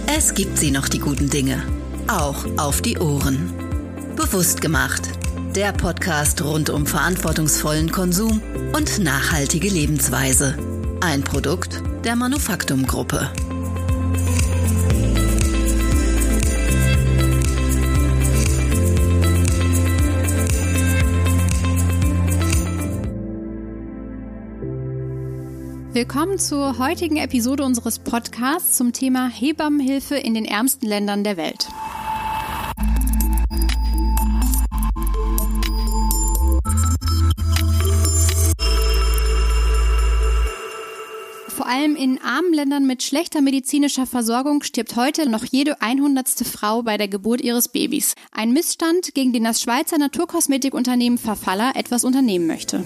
Es gibt sie noch, die guten Dinge. Auch auf die Ohren. Bewusst gemacht. Der Podcast rund um verantwortungsvollen Konsum und nachhaltige Lebensweise. Ein Produkt der Manufaktum-Gruppe. Willkommen zur heutigen Episode unseres Podcasts zum Thema Hebammenhilfe in den ärmsten Ländern der Welt. Vor allem in armen Ländern mit schlechter medizinischer Versorgung stirbt heute noch jede 100. Frau bei der Geburt ihres Babys. Ein Missstand, gegen den das Schweizer Naturkosmetikunternehmen Farfalla etwas unternehmen möchte.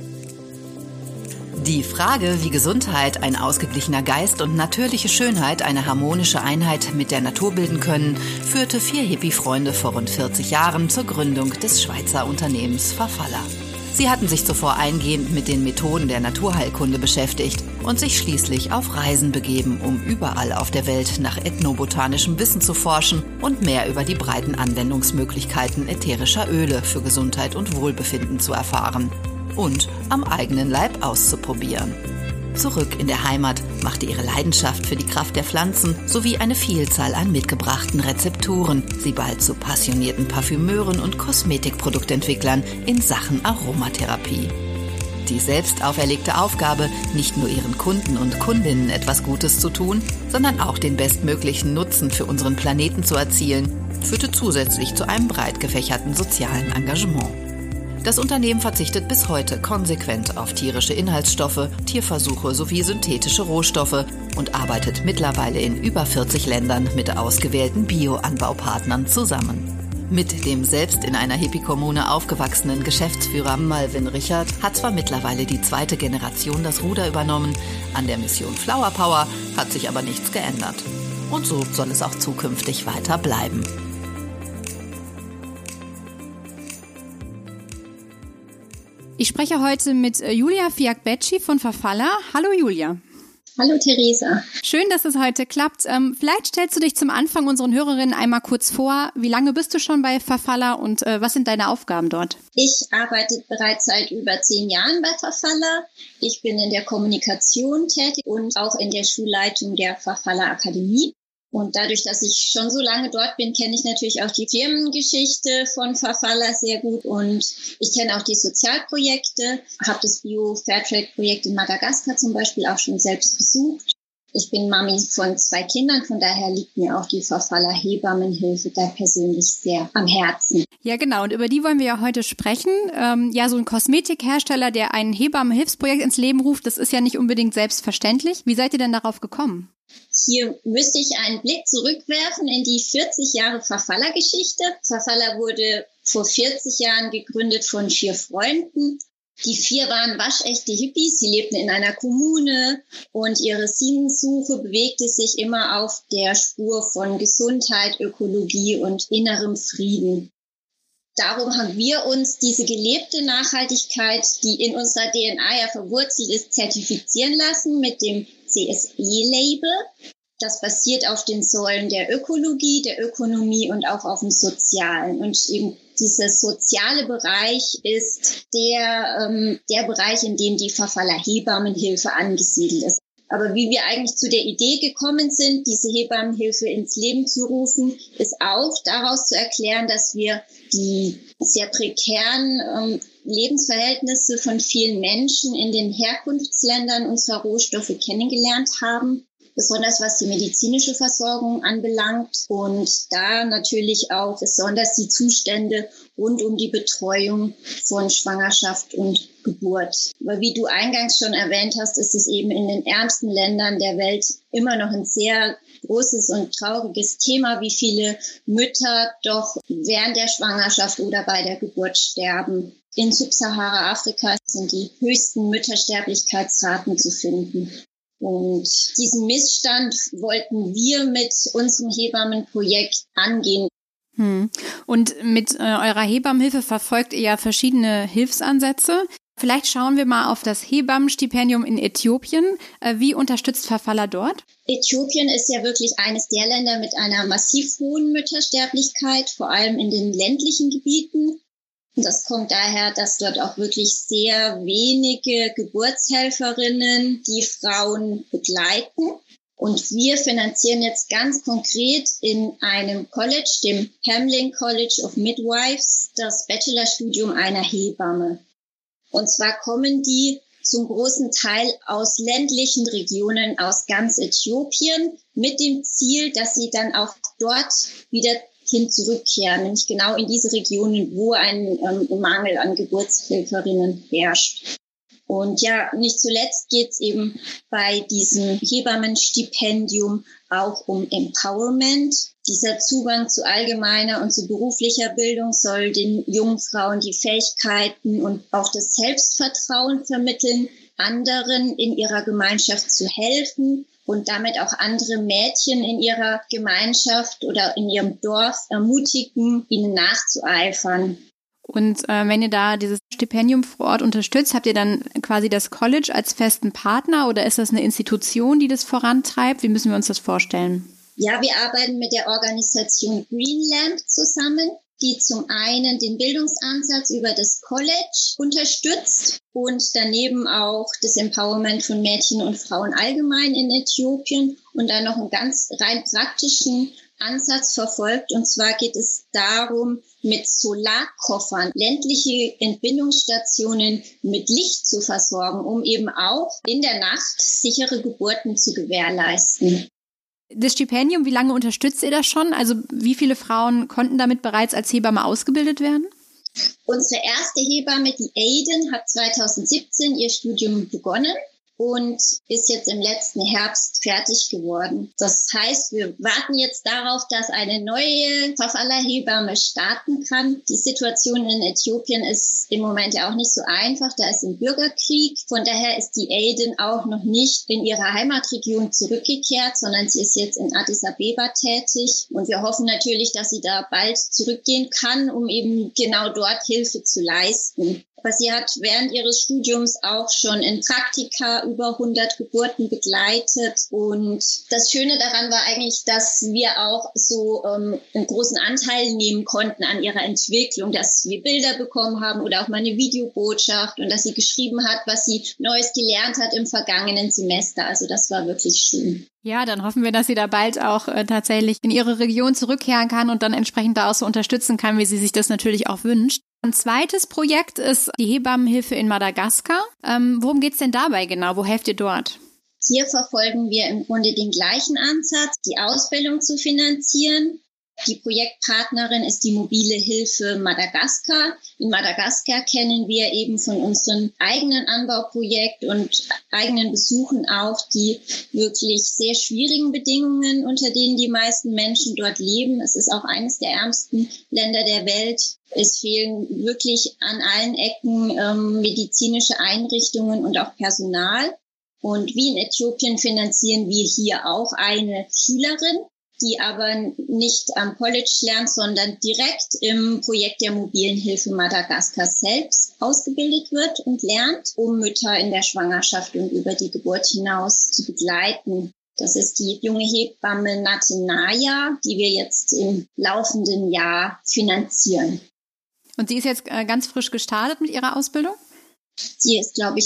Die Frage, wie Gesundheit, ein ausgeglichener Geist und natürliche Schönheit eine harmonische Einheit mit der Natur bilden können, führte 4 Hippie-Freunde vor rund 40 Jahren zur Gründung des Schweizer Unternehmens Farfalla. Sie hatten sich zuvor eingehend mit den Methoden der Naturheilkunde beschäftigt und sich schließlich auf Reisen begeben, um überall auf der Welt nach ethnobotanischem Wissen zu forschen und mehr über die breiten Anwendungsmöglichkeiten ätherischer Öle für Gesundheit und Wohlbefinden zu erfahren. Und am eigenen Leib auszuprobieren. Zurück in der Heimat machte ihre Leidenschaft für die Kraft der Pflanzen sowie eine Vielzahl an mitgebrachten Rezepturen sie bald zu passionierten Parfümeuren und Kosmetikproduktentwicklern in Sachen Aromatherapie. Die selbst auferlegte Aufgabe, nicht nur ihren Kunden und Kundinnen etwas Gutes zu tun, sondern auch den bestmöglichen Nutzen für unseren Planeten zu erzielen, führte zusätzlich zu einem breit gefächerten sozialen Engagement. Das Unternehmen verzichtet bis heute konsequent auf tierische Inhaltsstoffe, Tierversuche sowie synthetische Rohstoffe und arbeitet mittlerweile in über 40 Ländern mit ausgewählten Bio-Anbaupartnern zusammen. Mit dem selbst in einer Hippie-Kommune aufgewachsenen Geschäftsführer Malvin Richard hat zwar mittlerweile die 2. Generation das Ruder übernommen, an der Mission Flower Power hat sich aber nichts geändert. Und so soll es auch zukünftig weiter bleiben. Ich spreche heute mit Julia Fiakbetschi von Farfalla. Hallo Julia. Hallo Theresa. Schön, dass es heute klappt. Vielleicht stellst du dich zum Anfang unseren Hörerinnen einmal kurz vor. Wie lange bist du schon bei Farfalla und was sind deine Aufgaben dort? Ich arbeite bereits seit über 10 Jahren bei Farfalla. Ich bin in der Kommunikation tätig und auch in der Schulleitung der Farfalla Akademie. Und dadurch, dass ich schon so lange dort bin, kenne ich natürlich auch die Firmengeschichte von Farfalla sehr gut und ich kenne auch die Sozialprojekte, habe das Bio-Fairtrade-Projekt in Madagaskar zum Beispiel auch schon selbst besucht. Ich bin Mami von 2 Kindern, von daher liegt mir auch die Farfalla Hebammenhilfe da persönlich sehr am Herzen. Ja, genau. Und über die wollen wir ja heute sprechen. So ein Kosmetikhersteller, der ein Hebammenhilfsprojekt ins Leben ruft, das ist ja nicht unbedingt selbstverständlich. Wie seid ihr denn darauf gekommen? Hier müsste ich einen Blick zurückwerfen in die 40 Jahre Farfalla-Geschichte. Farfalla wurde vor 40 Jahren gegründet von 4 Freunden. Die 4 waren waschechte Hippies, sie lebten in einer Kommune und ihre Sinnsuche bewegte sich immer auf der Spur von Gesundheit, Ökologie und innerem Frieden. Darum haben wir uns diese gelebte Nachhaltigkeit, die in unserer DNA ja verwurzelt ist, zertifizieren lassen mit dem CSE-Label. Das basiert auf den Säulen der Ökologie, der Ökonomie und auch auf dem Sozialen. Und eben dieser soziale Bereich ist der Bereich, in dem die Farfalla Hebammenhilfe angesiedelt ist. Aber wie wir eigentlich zu der Idee gekommen sind, diese Hebammenhilfe ins Leben zu rufen, ist auch daraus zu erklären, dass wir die sehr prekären Lebensverhältnisse von vielen Menschen in den Herkunftsländern unserer Rohstoffe kennengelernt haben, besonders was die medizinische Versorgung anbelangt und da natürlich auch besonders die Zustände rund um die Betreuung von Schwangerschaft und Geburt. Aber wie du eingangs schon erwähnt hast, ist es eben in den ärmsten Ländern der Welt immer noch ein sehr großes und trauriges Thema, wie viele Mütter doch während der Schwangerschaft oder bei der Geburt sterben. In Subsahara-Afrika sind die höchsten Müttersterblichkeitsraten zu finden. Und diesen Missstand wollten wir mit unserem Hebammenprojekt angehen. Und mit eurer Hebammenhilfe verfolgt ihr ja verschiedene Hilfsansätze. Vielleicht schauen wir mal auf das Hebammenstipendium in Äthiopien. Wie unterstützt Fafala dort? Äthiopien ist ja wirklich eines der Länder mit einer massiv hohen Müttersterblichkeit, vor allem in den ländlichen Gebieten. Und das kommt daher, dass dort auch wirklich sehr wenige Geburtshelferinnen die Frauen begleiten. Und wir finanzieren jetzt ganz konkret in einem College, dem Hamlin College of Midwives, das Bachelorstudium einer Hebamme. Und zwar kommen die zum großen Teil aus ländlichen Regionen, aus ganz Äthiopien, mit dem Ziel, dass sie dann auch dort wieder hin zurückkehren, nämlich genau in diese Regionen, wo ein Mangel an Geburtshelferinnen herrscht. Und ja, nicht zuletzt geht es eben bei diesem Hebammenstipendium auch um Empowerment. Dieser Zugang zu allgemeiner und zu beruflicher Bildung soll den jungen Frauen die Fähigkeiten und auch das Selbstvertrauen vermitteln, anderen in ihrer Gemeinschaft zu helfen und damit auch andere Mädchen in ihrer Gemeinschaft oder in ihrem Dorf ermutigen, ihnen nachzueifern. Und wenn ihr da dieses Stipendium vor Ort unterstützt, habt ihr dann quasi das College als festen Partner oder ist das eine Institution, die das vorantreibt? Wie müssen wir uns das vorstellen? Ja, wir arbeiten mit der Organisation Greenland zusammen, die zum einen den Bildungsansatz über das College unterstützt und daneben auch das Empowerment von Mädchen und Frauen allgemein in Äthiopien und dann noch einen ganz rein praktischen Ansatz verfolgt. Und zwar geht es darum, mit Solarkoffern ländliche Entbindungsstationen mit Licht zu versorgen, um eben auch in der Nacht sichere Geburten zu gewährleisten. Das Stipendium, wie lange unterstützt ihr das schon? Also wie viele Frauen konnten damit bereits als Hebamme ausgebildet werden? Unsere erste Hebamme, die Aiden, hat 2017 ihr Studium begonnen und ist jetzt im letzten Herbst fertig geworden. Das heißt, wir warten jetzt darauf, dass eine neue Fafala-Hebamme starten kann. Die Situation in Äthiopien ist im Moment ja auch nicht so einfach. Da ist ein Bürgerkrieg. Von daher ist die Aiden auch noch nicht in ihrer Heimatregion zurückgekehrt, sondern sie ist jetzt in Addis Abeba tätig. Und wir hoffen natürlich, dass sie da bald zurückgehen kann, um eben genau dort Hilfe zu leisten. Aber sie hat während ihres Studiums auch schon in Praktika über 100 Geburten begleitet. Und das Schöne daran war eigentlich, dass wir auch so einen großen Anteil nehmen konnten an ihrer Entwicklung, dass wir Bilder bekommen haben oder auch mal eine Videobotschaft und dass sie geschrieben hat, was sie Neues gelernt hat im vergangenen Semester. Also das war wirklich schön. Ja, dann hoffen wir, dass sie da bald auch tatsächlich in ihre Region zurückkehren kann und dann entsprechend da auch so unterstützen kann, wie sie sich das natürlich auch wünscht. Ein zweites Projekt ist die Hebammenhilfe in Madagaskar. Worum geht's denn dabei genau? Wo helft ihr dort? Hier verfolgen wir im Grunde den gleichen Ansatz, die Ausbildung zu finanzieren. Die Projektpartnerin ist die Mobile Hilfe Madagaskar. In Madagaskar kennen wir eben von unserem eigenen Anbauprojekt und eigenen Besuchen auch die wirklich sehr schwierigen Bedingungen, unter denen die meisten Menschen dort leben. Es ist auch eines der ärmsten Länder der Welt. Es fehlen wirklich an allen Ecken medizinische Einrichtungen und auch Personal. Und wie in Äthiopien finanzieren wir hier auch eine Schülerin, die aber nicht am College lernt, sondern direkt im Projekt der Mobilen Hilfe Madagaskar selbst ausgebildet wird und lernt, um Mütter in der Schwangerschaft und über die Geburt hinaus zu begleiten. Das ist die junge Hebamme Natenaya, die wir jetzt im laufenden Jahr finanzieren. Und sie ist jetzt ganz frisch gestartet mit ihrer Ausbildung? Sie ist, glaube ich,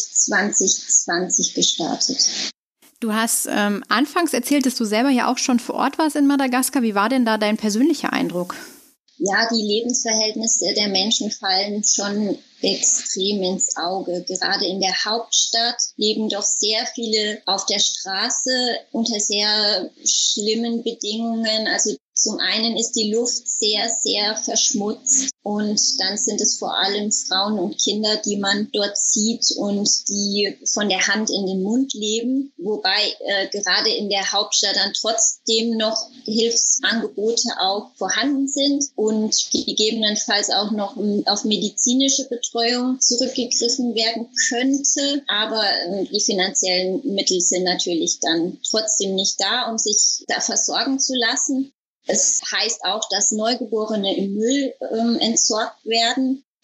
2020 gestartet. Du hast anfangs erzählt, dass du selber ja auch schon vor Ort warst in Madagaskar. Wie war denn da dein persönlicher Eindruck? Ja, die Lebensverhältnisse der Menschen fallen schon extrem ins Auge. Gerade in der Hauptstadt leben doch sehr viele auf der Straße unter sehr schlimmen Bedingungen. Also zum einen ist die Luft sehr, sehr verschmutzt und dann sind es vor allem Frauen und Kinder, die man dort sieht und die von der Hand in den Mund leben. Wobei gerade in der Hauptstadt dann trotzdem noch Hilfsangebote auch vorhanden sind und gegebenenfalls auch noch auf medizinische Betreuung zurückgegriffen werden könnte. Aber die finanziellen Mittel sind natürlich dann trotzdem nicht da, um sich da versorgen zu lassen. Es heißt auch, dass Neugeborene im Müll entsorgt werden.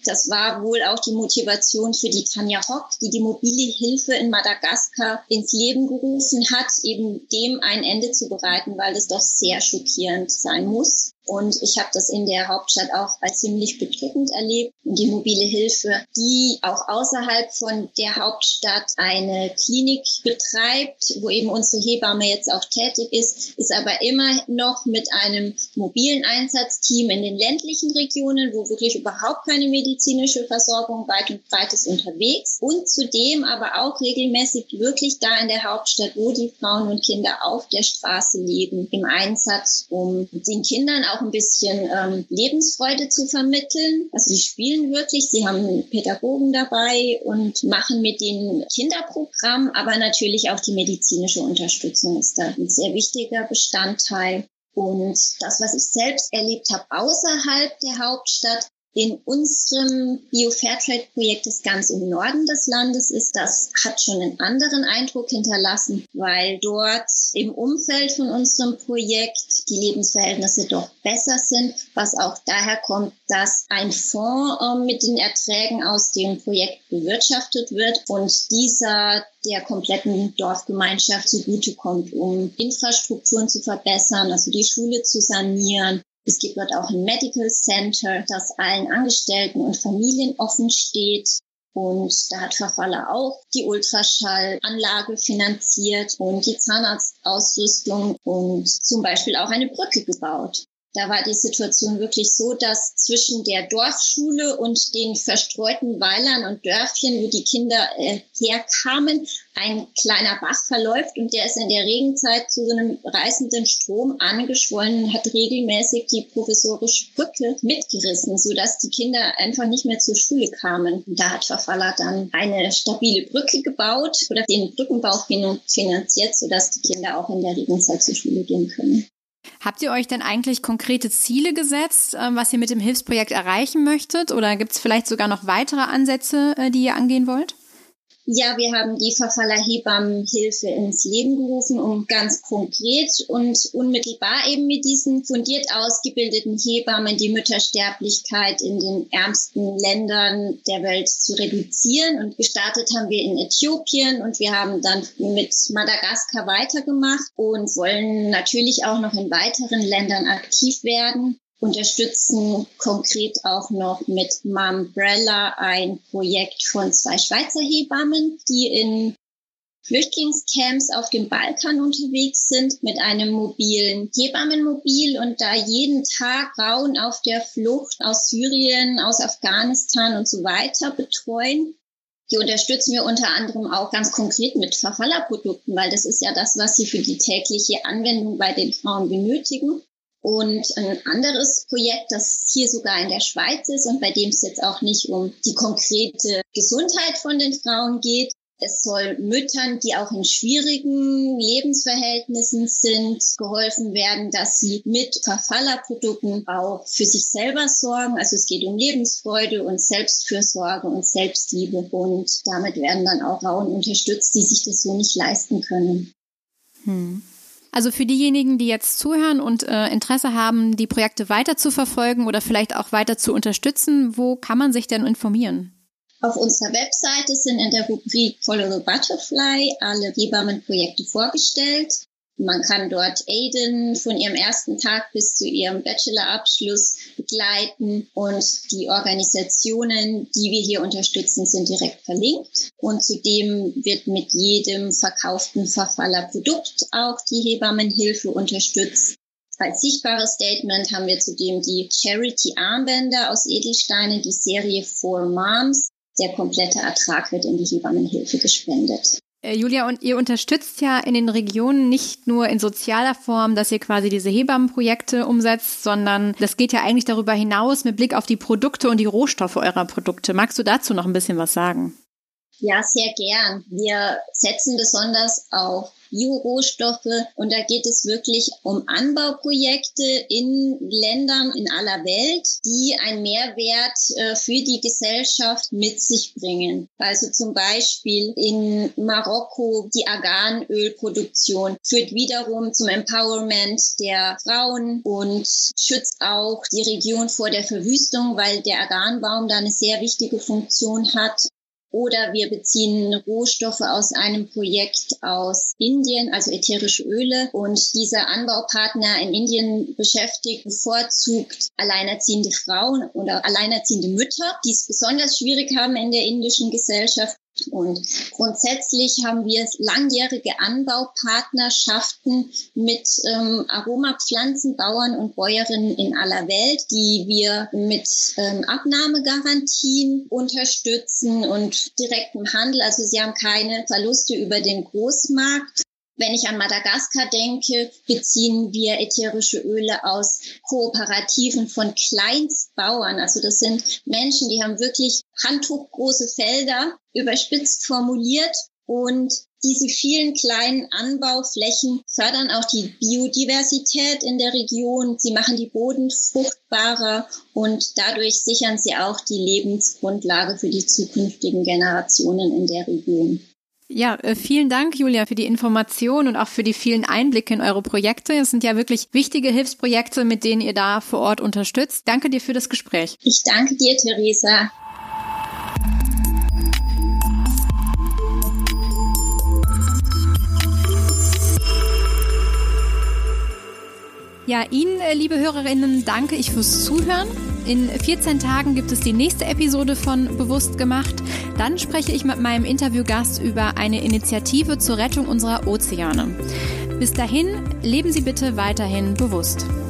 das war wohl auch die Motivation für die Tanja Hock, die die mobile Hilfe in Madagaskar ins Leben gerufen hat, eben dem ein Ende zu bereiten, weil es doch sehr schockierend sein muss. Und ich habe das in der Hauptstadt auch als ziemlich bedrückend erlebt. Und die mobile Hilfe, die auch außerhalb von der Hauptstadt eine Klinik betreibt, wo eben unsere Hebamme jetzt auch tätig ist, ist aber immer noch mit einem mobilen Einsatzteam in den ländlichen Regionen, wo wirklich überhaupt keine medizinische Versorgung weit und breit ist, unterwegs. Und zudem aber auch regelmäßig wirklich da in der Hauptstadt, wo die Frauen und Kinder auf der Straße leben, im Einsatz, um den Kindern auch ein bisschen Lebensfreude zu vermitteln. Also sie spielen wirklich, sie haben Pädagogen dabei und machen mit den Kinderprogramm, aber natürlich auch die medizinische Unterstützung ist da ein sehr wichtiger Bestandteil. Und das, was ich selbst erlebt habe außerhalb der Hauptstadt, in unserem Bio-Fairtrade-Projekt, das ganz im Norden des Landes ist, das hat schon einen anderen Eindruck hinterlassen, weil dort im Umfeld von unserem Projekt die Lebensverhältnisse doch besser sind, was auch daher kommt, dass ein Fonds mit den Erträgen aus dem Projekt bewirtschaftet wird und dieser der kompletten Dorfgemeinschaft zugutekommt, um Infrastrukturen zu verbessern, also die Schule zu sanieren. Es gibt dort auch ein Medical Center, das allen Angestellten und Familien offen steht. Und da hat Farfalla auch die Ultraschallanlage finanziert und die Zahnarztausrüstung und zum Beispiel auch eine Brücke gebaut. Da war die Situation wirklich so, dass zwischen der Dorfschule und den verstreuten Weilern und Dörfchen, wo die Kinder herkamen, ein kleiner Bach verläuft und der ist in der Regenzeit zu so einem reißenden Strom angeschwollen und hat regelmäßig die provisorische Brücke mitgerissen, sodass die Kinder einfach nicht mehr zur Schule kamen. Und da hat Farfalla dann eine stabile Brücke gebaut oder den Brückenbau finanziert, sodass die Kinder auch in der Regenzeit zur Schule gehen können. Habt ihr euch denn eigentlich konkrete Ziele gesetzt, was ihr mit dem Hilfsprojekt erreichen möchtet? Oder gibt es vielleicht sogar noch weitere Ansätze, die ihr angehen wollt? Ja, wir haben die Farfalla Hebammenhilfe ins Leben gerufen, um ganz konkret und unmittelbar eben mit diesen fundiert ausgebildeten Hebammen die Müttersterblichkeit in den ärmsten Ländern der Welt zu reduzieren. Und gestartet haben wir in Äthiopien und wir haben dann mit Madagaskar weitergemacht und wollen natürlich auch noch in weiteren Ländern aktiv werden. Unterstützen konkret auch noch mit Mumbrella ein Projekt von 2 Schweizer Hebammen, die in Flüchtlingscamps auf dem Balkan unterwegs sind mit einem mobilen Hebammenmobil und da jeden Tag Frauen auf der Flucht aus Syrien, aus Afghanistan und so weiter betreuen. Die unterstützen wir unter anderem auch ganz konkret mit Farfalla-Produkten, weil das ist ja das, was sie für die tägliche Anwendung bei den Frauen benötigen. Und ein anderes Projekt, das hier sogar in der Schweiz ist und bei dem es jetzt auch nicht um die konkrete Gesundheit von den Frauen geht. Es soll Müttern, die auch in schwierigen Lebensverhältnissen sind, geholfen werden, dass sie mit Farfalla-Produkten auch für sich selber sorgen. Also es geht um Lebensfreude und Selbstfürsorge und Selbstliebe. Und damit werden dann auch Frauen unterstützt, die sich das so nicht leisten können. Also für diejenigen, die jetzt zuhören und Interesse haben, die Projekte weiter zu verfolgen oder vielleicht auch weiter zu unterstützen, wo kann man sich denn informieren? Auf unserer Webseite sind in der Rubrik Follow the Butterfly alle Hebammenprojekte vorgestellt. Man kann dort Aiden von ihrem ersten Tag bis zu ihrem Bachelorabschluss begleiten und die Organisationen, die wir hier unterstützen, sind direkt verlinkt. Und zudem wird mit jedem verkauften Farfalla-Produkt auch die Hebammenhilfe unterstützt. Als sichtbares Statement haben wir zudem die Charity-Armbänder aus Edelsteinen, die Serie 4 Moms. Der komplette Ertrag wird in die Hebammenhilfe gespendet. Julia, und ihr unterstützt ja in den Regionen nicht nur in sozialer Form, dass ihr quasi diese Hebammenprojekte umsetzt, sondern das geht ja eigentlich darüber hinaus mit Blick auf die Produkte und die Rohstoffe eurer Produkte. Magst du dazu noch ein bisschen was sagen? Ja, sehr gern. Wir setzen besonders auf Biorohstoffe und da geht es wirklich um Anbauprojekte in Ländern in aller Welt, die einen Mehrwert für die Gesellschaft mit sich bringen. Also zum Beispiel in Marokko die Arganölproduktion führt wiederum zum Empowerment der Frauen und schützt auch die Region vor der Verwüstung, weil der Arganbaum da eine sehr wichtige Funktion hat. Oder wir beziehen Rohstoffe aus einem Projekt aus Indien, also ätherische Öle. Und dieser Anbaupartner in Indien bevorzugt alleinerziehende Frauen oder alleinerziehende Mütter, die es besonders schwierig haben in der indischen Gesellschaft. Und grundsätzlich haben wir langjährige Anbaupartnerschaften mit Aromapflanzenbauern und Bäuerinnen in aller Welt, die wir mit Abnahmegarantien unterstützen und direktem Handel. Also sie haben keine Verluste über den Großmarkt. Wenn ich an Madagaskar denke, beziehen wir ätherische Öle aus Kooperativen von Kleinstbauern. Also das sind Menschen, die haben wirklich handtuchgroße Felder, überspitzt formuliert. Und diese vielen kleinen Anbauflächen fördern auch die Biodiversität in der Region. Sie machen die Böden fruchtbarer und dadurch sichern sie auch die Lebensgrundlage für die zukünftigen Generationen in der Region. Ja, vielen Dank, Julia, für die Information und auch für die vielen Einblicke in eure Projekte. Es sind ja wirklich wichtige Hilfsprojekte, mit denen ihr da vor Ort unterstützt. Danke dir für das Gespräch. Ich danke dir, Theresa. Ja, Ihnen, liebe Hörerinnen, danke ich fürs Zuhören. In 14 Tagen gibt es die nächste Episode von Bewusst gemacht. Dann spreche ich mit meinem Interviewgast über eine Initiative zur Rettung unserer Ozeane. Bis dahin, leben Sie bitte weiterhin bewusst.